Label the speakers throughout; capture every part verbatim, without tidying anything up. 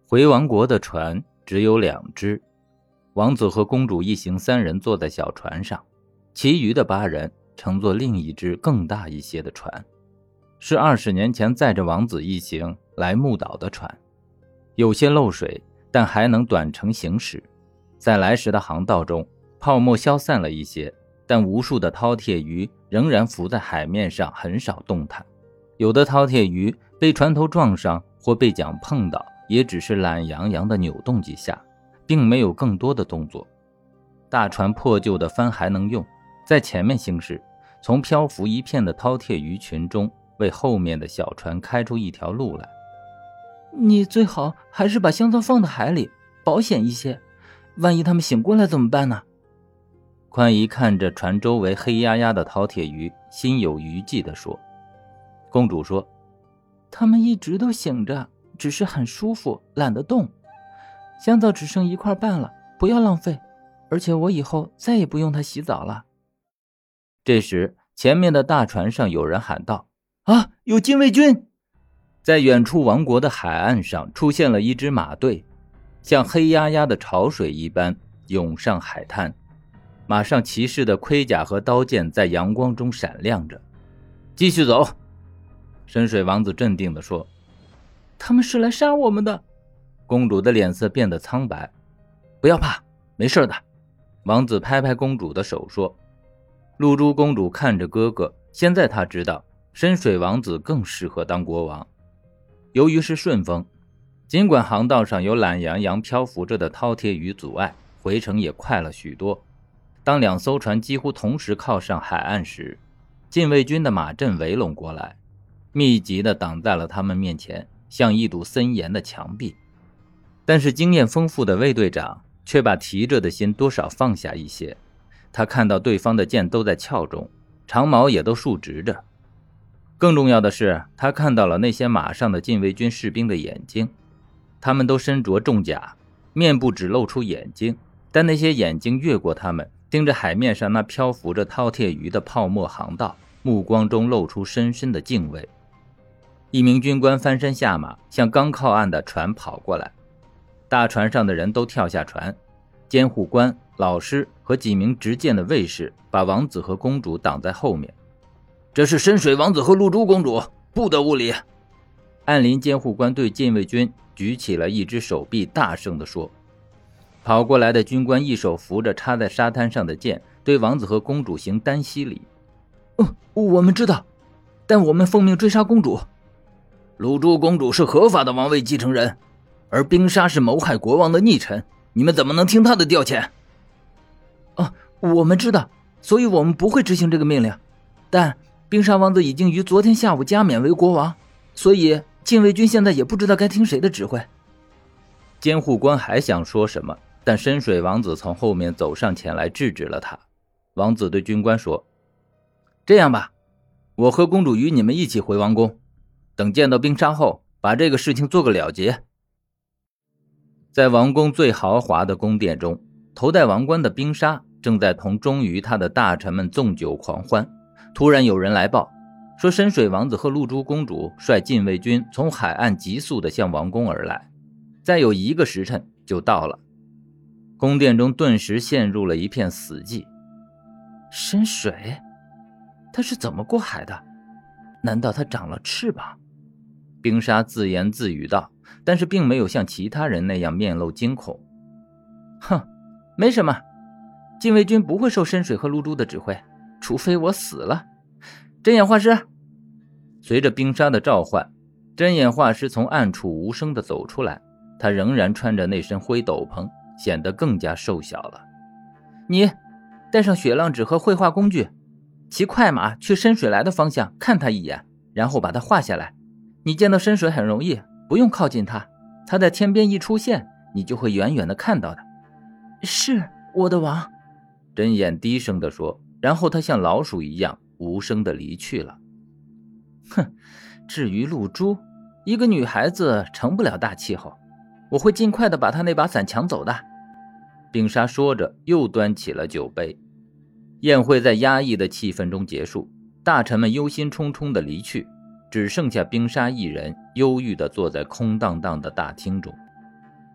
Speaker 1: 回王国的船只有两只，王子和公主一行三人坐在小船上，其余的八人乘坐另一只更大一些的船，是二十年前载着王子一行来木岛的船，有些漏水，但还能短程行驶。在来时的航道中，泡沫消散了一些，但无数的饕餮鱼仍然浮在海面上，很少动弹。有的饕餮鱼被船头撞上或被桨碰到，也只是懒洋洋地扭动几下，并没有更多的动作。大船破旧的帆还能用，在前面行驶，从漂浮一片的饕餮鱼群中为后面的小船开出一条路来。
Speaker 2: 你最好还是把香皂放到海里，保险一些，万一他们醒过来怎么办呢？
Speaker 1: 宽姨看着船周围黑压压的饕餮鱼，心有余悸地说。公主说，
Speaker 2: 他们一直都醒着，只是很舒服，懒得动。香皂只剩一块半了，不要浪费，而且我以后再也不用它洗澡了。
Speaker 1: 这时前面的大船上有人喊道，
Speaker 2: 啊，有禁卫军！
Speaker 1: 在远处王国的海岸上出现了一支马队，像黑压压的潮水一般涌上海滩，马上骑士的盔甲和刀剑在阳光中闪亮着。继续走，深水王子镇定地说。
Speaker 2: 他们是来杀我们的。
Speaker 1: 公主的脸色变得苍白。不要怕，没事的。王子拍拍公主的手说。露珠公主看着哥哥，现在她知道深水王子更适合当国王。由于是顺风，尽管航道上有懒洋洋漂浮着的饕餮鱼阻碍，回程也快了许多。当两艘船几乎同时靠上海岸时，禁卫军的马阵围拢过来，密集地挡在了他们面前，像一堵森严的墙壁。但是经验丰富的卫队长却把提着的心多少放下一些，他看到对方的剑都在鞘中，长矛也都竖直着。更重要的是，他看到了那些马上的禁卫军士兵的眼睛，他们都身着重甲，面部只露出眼睛，但那些眼睛越过他们，盯着海面上那漂浮着饕餮鱼的泡沫航道，目光中露出深深的敬畏。一名军官翻身下马，向刚靠岸的船跑过来。大船上的人都跳下船，监护官、老师和几名执剑的卫士把王子和公主挡在后面。这是深水王子和露珠公主，不得无礼。岸林监护官对禁卫军举起了一只手臂，大声地说。跑过来的军官一手扶着插在沙滩上的剑，对王子和公主行单膝礼。
Speaker 2: 哦，我们知道，但我们奉命追杀公主。
Speaker 3: 露珠公主是合法的王位继承人，而冰沙是谋害国王的逆臣，你们怎么能听他的调遣？
Speaker 2: 哦，我们知道，所以我们不会执行这个命令。但冰沙王子已经于昨天下午加冕为国王，所以禁卫军现在也不知道该听谁的指挥。
Speaker 1: 监护官还想说什么，但深水王子从后面走上前来制止了他。王子对军官说，这样吧，我和公主与你们一起回王宫，等见到冰沙后把这个事情做个了结。在王宫最豪华的宫殿中，头戴王冠的冰沙正在同忠于他的大臣们纵酒狂欢。突然有人来报，说深水王子和露珠公主率禁卫军从海岸急速地向王宫而来，再有一个时辰就到了。宫殿中顿时陷入了一片死寂。
Speaker 2: 深水？他是怎么过海的？难道他长了翅膀？
Speaker 1: 冰沙自言自语道，但是并没有像其他人那样面露惊恐。
Speaker 2: 哼，没什么，禁卫军不会受深水和露珠的指挥，除非我死了。睁眼画师！
Speaker 1: 随着冰沙的召唤，睁眼画师从暗处无声地走出来，他仍然穿着那身灰斗篷，显得更加瘦小了。
Speaker 2: 你带上雪浪纸和绘画工具，骑快马去深水来的方向看他一眼，然后把它画下来。你见到深水很容易，不用靠近他，他在天边一出现，你就会远远地看到的。是，我的王。
Speaker 1: 睁眼低声地说，然后他像老鼠一样无声地离去了。
Speaker 2: 哼，至于露珠，一个女孩子成不了大气候，我会尽快地把她那把伞抢走的。
Speaker 1: 冰沙说着又端起了酒杯。宴会在压抑的气氛中结束，大臣们忧心忡忡地离去，只剩下冰沙一人忧郁地坐在空荡荡的大厅中。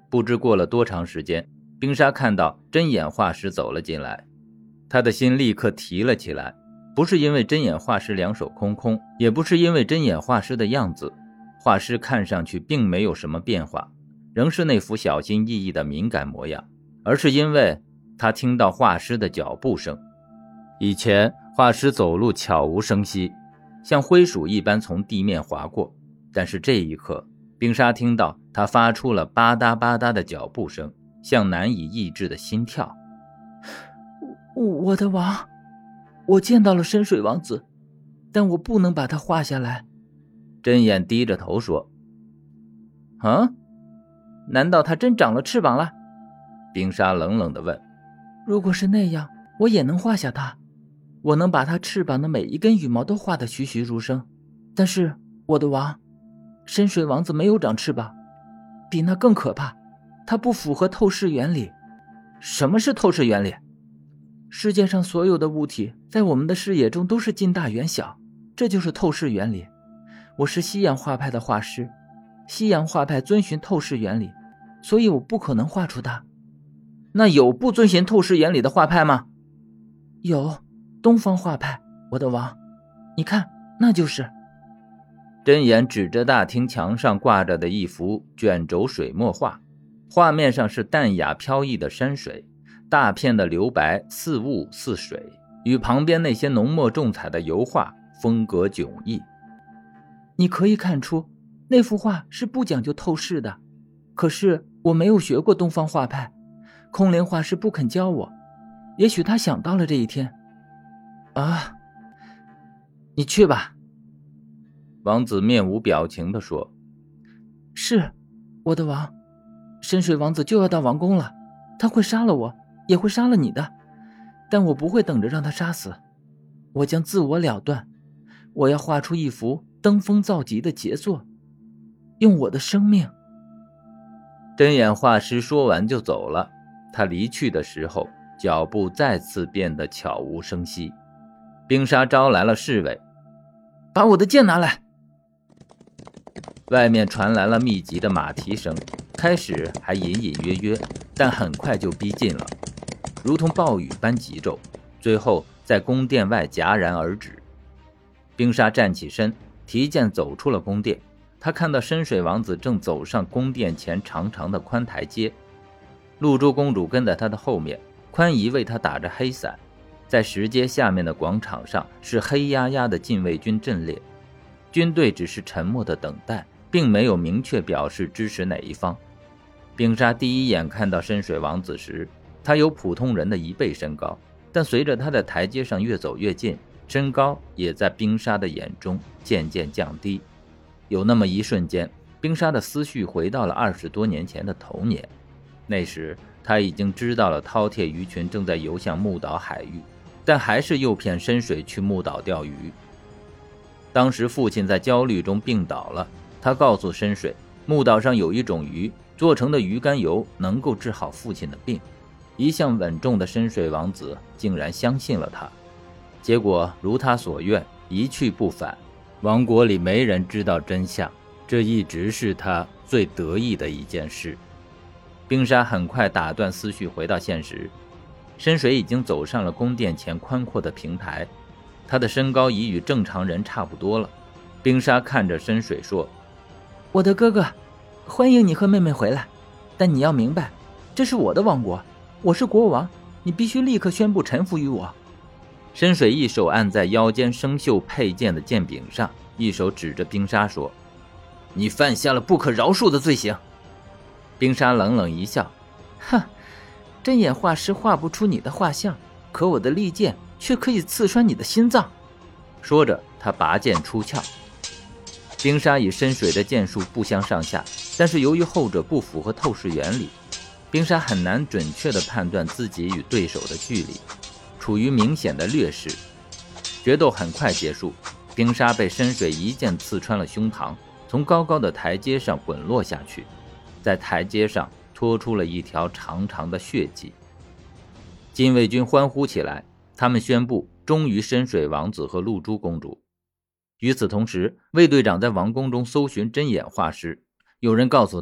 Speaker 1: 不知过了多长时间，冰沙看到针眼画师走了进来，他的心立刻提了起来，不是因为针眼画师两手空空，也不是因为针眼画师的样子，画师看上去并没有什么变化，仍是那副小心翼翼的敏感模样，而是因为他听到画师的脚步声。以前画师走路悄无声息，像灰鼠一般从地面划过，但是这一刻，冰沙听到他发出了吧嗒吧嗒的脚步声，像难以抑制的心跳。
Speaker 2: 我的王，我见到了深水王子，但我不能把他画下来。
Speaker 1: 针眼低着头说。
Speaker 2: 啊？难道他真长了翅膀了？
Speaker 1: 冰沙冷冷地问。
Speaker 2: 如果是那样，我也能画下他，我能把他翅膀的每一根羽毛都画得栩栩如生。但是我的王，深水王子没有长翅膀，比那更可怕，它不符合透视原理。
Speaker 1: 什么是透视原理？
Speaker 2: 世界上所有的物体在我们的视野中都是近大远小，这就是透视原理。我是西洋画派的画师，西洋画派遵循透视原理，所以我不可能画出它。
Speaker 1: 那有不遵循透视原理的画派吗？
Speaker 2: 有，东方画派，我的王，你看，那就是。
Speaker 1: 针眼指着大厅墙上挂着的一幅卷轴水墨画，画面上是淡雅飘逸的山水，大片的留白似雾似水，与旁边那些浓墨重彩的油画风格迥异。
Speaker 2: 你可以看出那幅画是不讲究透视的，可是我没有学过东方画派，空灵画师不肯教我，也许他想到了这一天。
Speaker 1: 啊，你去吧。王子面无表情地说。
Speaker 2: 是，我的王，深水王子就要到王宫了，他会杀了我，也会杀了你的，但我不会等着让他杀死，我将自我了断，我要画出一幅登峰造极的杰作，用我的生命。
Speaker 1: 针眼画师说完就走了，他离去的时候，脚步再次变得悄无声息。冰沙招来了侍卫，
Speaker 2: 把我的剑拿来。
Speaker 1: 外面传来了密集的马蹄声，开始还隐隐约约，但很快就逼近了，如同暴雨般急骤，最后在宫殿外戛然而止。冰沙站起身，提剑走出了宫殿。他看到深水王子正走上宫殿前长长的宽台阶，露珠公主跟在他的后面，宽姨为他打着黑伞。在石阶下面的广场上是黑压压的禁卫军阵列，军队只是沉默的等待，并没有明确表示支持哪一方。冰沙第一眼看到深水王子时，他有普通人的一倍身高，但随着他在台阶上越走越近，身高也在冰沙的眼中渐渐降低。有那么一瞬间，冰沙的思绪回到了二十多年前的童年，那时他已经知道了饕餮鱼群正在游向木岛海域，但还是诱骗深水去木岛钓鱼。当时父亲在焦虑中病倒了，他告诉深水，木岛上有一种鱼，做成的鱼肝油能够治好父亲的病。一向稳重的深水王子竟然相信了他，结果如他所愿，一去不返。王国里没人知道真相，这一直是他最得意的一件事。冰沙很快打断思绪，回到现实。深水已经走上了宫殿前宽阔的平台，他的身高已与正常人差不多了。冰沙看着深水说：
Speaker 2: 我的哥哥，欢迎你和妹妹回来，但你要明白，这是我的王国，我是国王，你必须立刻宣布臣服于我。
Speaker 1: 深水一手按在腰间生锈佩剑的剑柄上，一手指着冰沙说：你犯下了不可饶恕的罪行。冰沙冷冷一笑：
Speaker 2: 哼，针眼画师画不出你的画像，可我的利剑却可以刺穿你的心脏。
Speaker 1: 说着他拔剑出鞘。冰沙与深水的剑术不相上下，但是由于后者不符合透视原理，冰沙很难准确地判断自己与对手的距离，处于明显的劣势。决斗很快结束，冰沙被深水一剑刺穿了胸膛，从高高的台阶上滚落下去，在台阶上拖出了一条长长的血迹。禁卫军欢呼起来，他们宣布忠于深水王子和露珠公主。与此同时，卫队长在王宫中搜寻针眼画师，有人告诉他，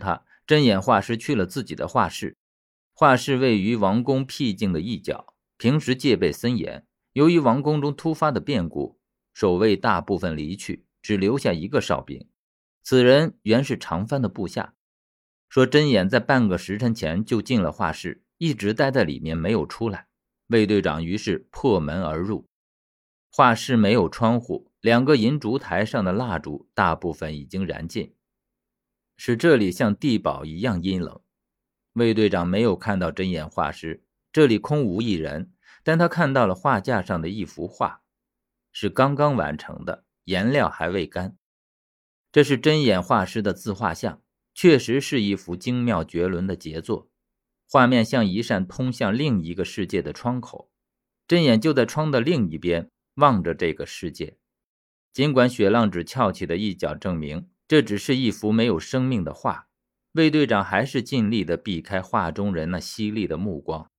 Speaker 1: 针眼画师去了自己的画室，画室位于王宫僻静的一角，平时戒备森严。由于王宫中突发的变故，守卫大部分离去，只留下一个哨兵。此人原是长帆的部下。说针眼在半个时辰前就进了画室，一直待在里面没有出来。卫队长于是破门而入。画室没有窗户，两个银烛台上的蜡烛大部分已经燃尽，使这里像地堡一样阴冷。卫队长没有看到针眼画师，这里空无一人，但他看到了画架上的一幅画，是刚刚完成的，颜料还未干。这是针眼画师的自画像，确实是一幅精妙绝伦的杰作。画面像一扇通向另一个世界的窗口，针眼就在窗的另一边望着这个世界。尽管雪浪只翘起的一角证明这只是一幅没有生命的画，卫队长还是尽力地避开画中人那犀利的目光。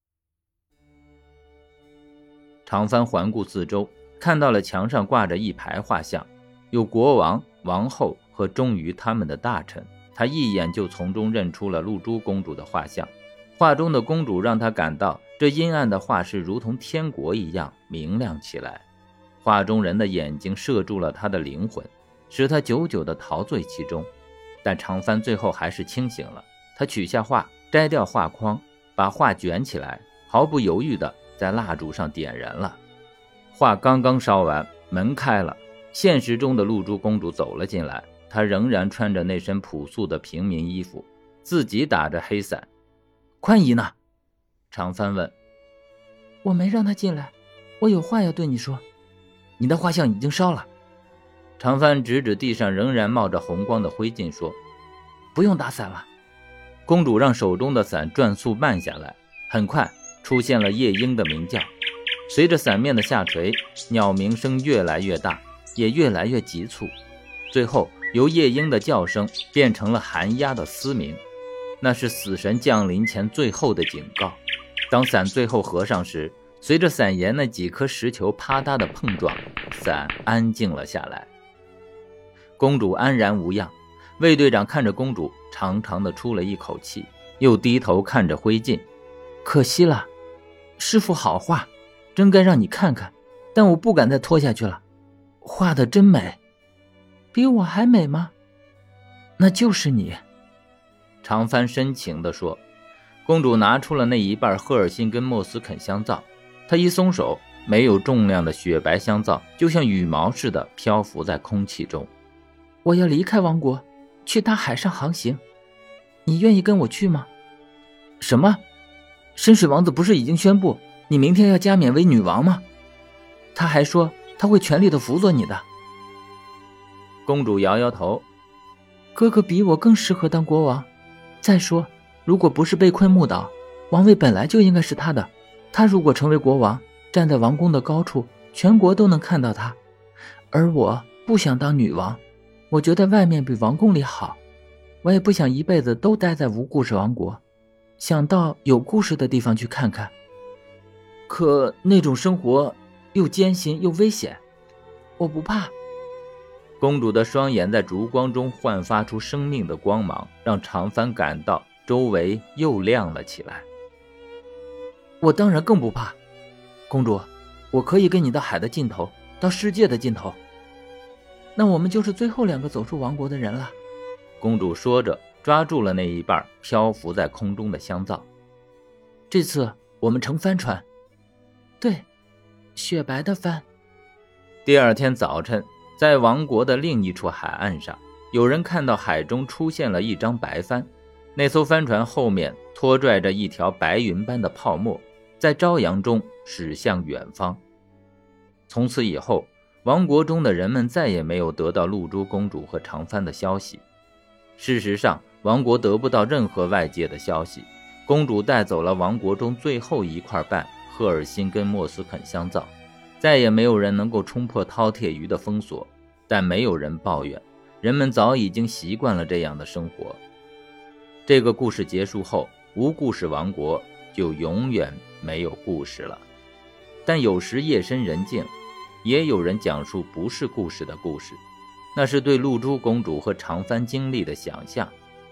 Speaker 1: 长帆环顾四周，看到了墙上挂着一排画像，有国王、王后和忠于他们的大臣。他一眼就从中认出了露珠公主的画像。画中的公主让他感到这阴暗的画室如同天国一样明亮起来。画中人的眼睛射中了他的灵魂，使他久久地陶醉其中。但长帆最后还是清醒了，他取下画，摘掉画框，把画卷起来，毫不犹豫地在蜡烛上点燃了。画刚刚烧完，门开了，现实中的露珠公主走了进来。她仍然穿着那身朴素的平民衣服，自己打着黑伞。宽姨呢？长帆问。
Speaker 2: 我没让她进来，我有话要对你说。
Speaker 1: 你的画像已经烧了。长帆指指地上仍然冒着红光的灰烬说，
Speaker 2: 不用打伞了。
Speaker 1: 公主让手中的伞转速慢下来，很快出现了夜莺的鸣叫。随着伞面的下垂，鸟鸣声越来越大，也越来越急促，最后由夜莺的叫声变成了寒鸦的嘶鸣，那是死神降临前最后的警告。当伞最后合上时，随着伞沿那几颗石球啪嗒的碰撞，伞安静了下来。公主安然无恙。卫队长看着公主，长长的出了一口气，又低头看着灰烬。
Speaker 2: 可惜了，是幅好画，真该让你看看，但我不敢再拖下去了。画得真美。比我还美吗？那就是你。
Speaker 1: 长帆深情地说。公主拿出了那一半赫尔辛根莫斯肯香皂，她一松手，没有重量的雪白香皂就像羽毛似的漂浮在空气中。
Speaker 2: 我要离开王国，去大海上航行，你愿意跟我去吗？
Speaker 1: 什么？深水王子不是已经宣布你明天要加冕为女王吗？
Speaker 2: 他还说他会全力的辅佐你的。
Speaker 1: 公主摇摇头，
Speaker 2: 哥哥比我更适合当国王。再说，如果不是被困木岛，王位本来就应该是他的。他如果成为国王，站在王宫的高处，全国都能看到他。而我不想当女王，我觉得外面比王宫里好。我也不想一辈子都待在无故事王国，想到有故事的地方去看看。
Speaker 1: 可那种生活又艰辛又危险。
Speaker 2: 我不怕。
Speaker 1: 公主的双眼在烛光中焕发出生命的光芒，让长帆感到周围又亮了起来。
Speaker 2: 我当然更不怕。公主，我可以跟你到海的尽头，到世界的尽头。那我们就是最后两个走出王国的人了。
Speaker 1: 公主说着，抓住了那一半漂浮在空中的香皂。
Speaker 2: 这次我们乘帆船。对，雪白的帆。
Speaker 1: 第二天早晨，在王国的另一处海岸上，有人看到海中出现了一张白帆，那艘帆船后面拖拽着一条白云般的泡沫，在朝阳中驶向远方。从此以后，王国中的人们再也没有得到露珠公主和长帆的消息。事实上，王国得不到任何外界的消息。公主带走了王国中最后一块半赫尔辛根莫斯肯香皂，再也没有人能够冲破饕餮鱼的封锁，但没有人抱怨，人们早已经习惯了这样的生活。这个故事结束后，无故事王国就永远没有故事了。但有时夜深人静，也有人讲述不是故事的故事，那是对露珠公主和长帆经历的想象。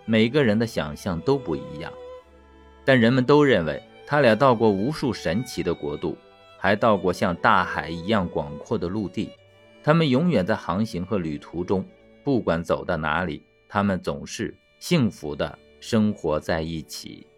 Speaker 1: 每个人的想象都不一样，但人们都认为他俩到过无数神奇的国度，还到过像大海一样广阔的陆地。他们永远在航行和旅途中，不管走到哪里，他们总是幸福地生活在一起。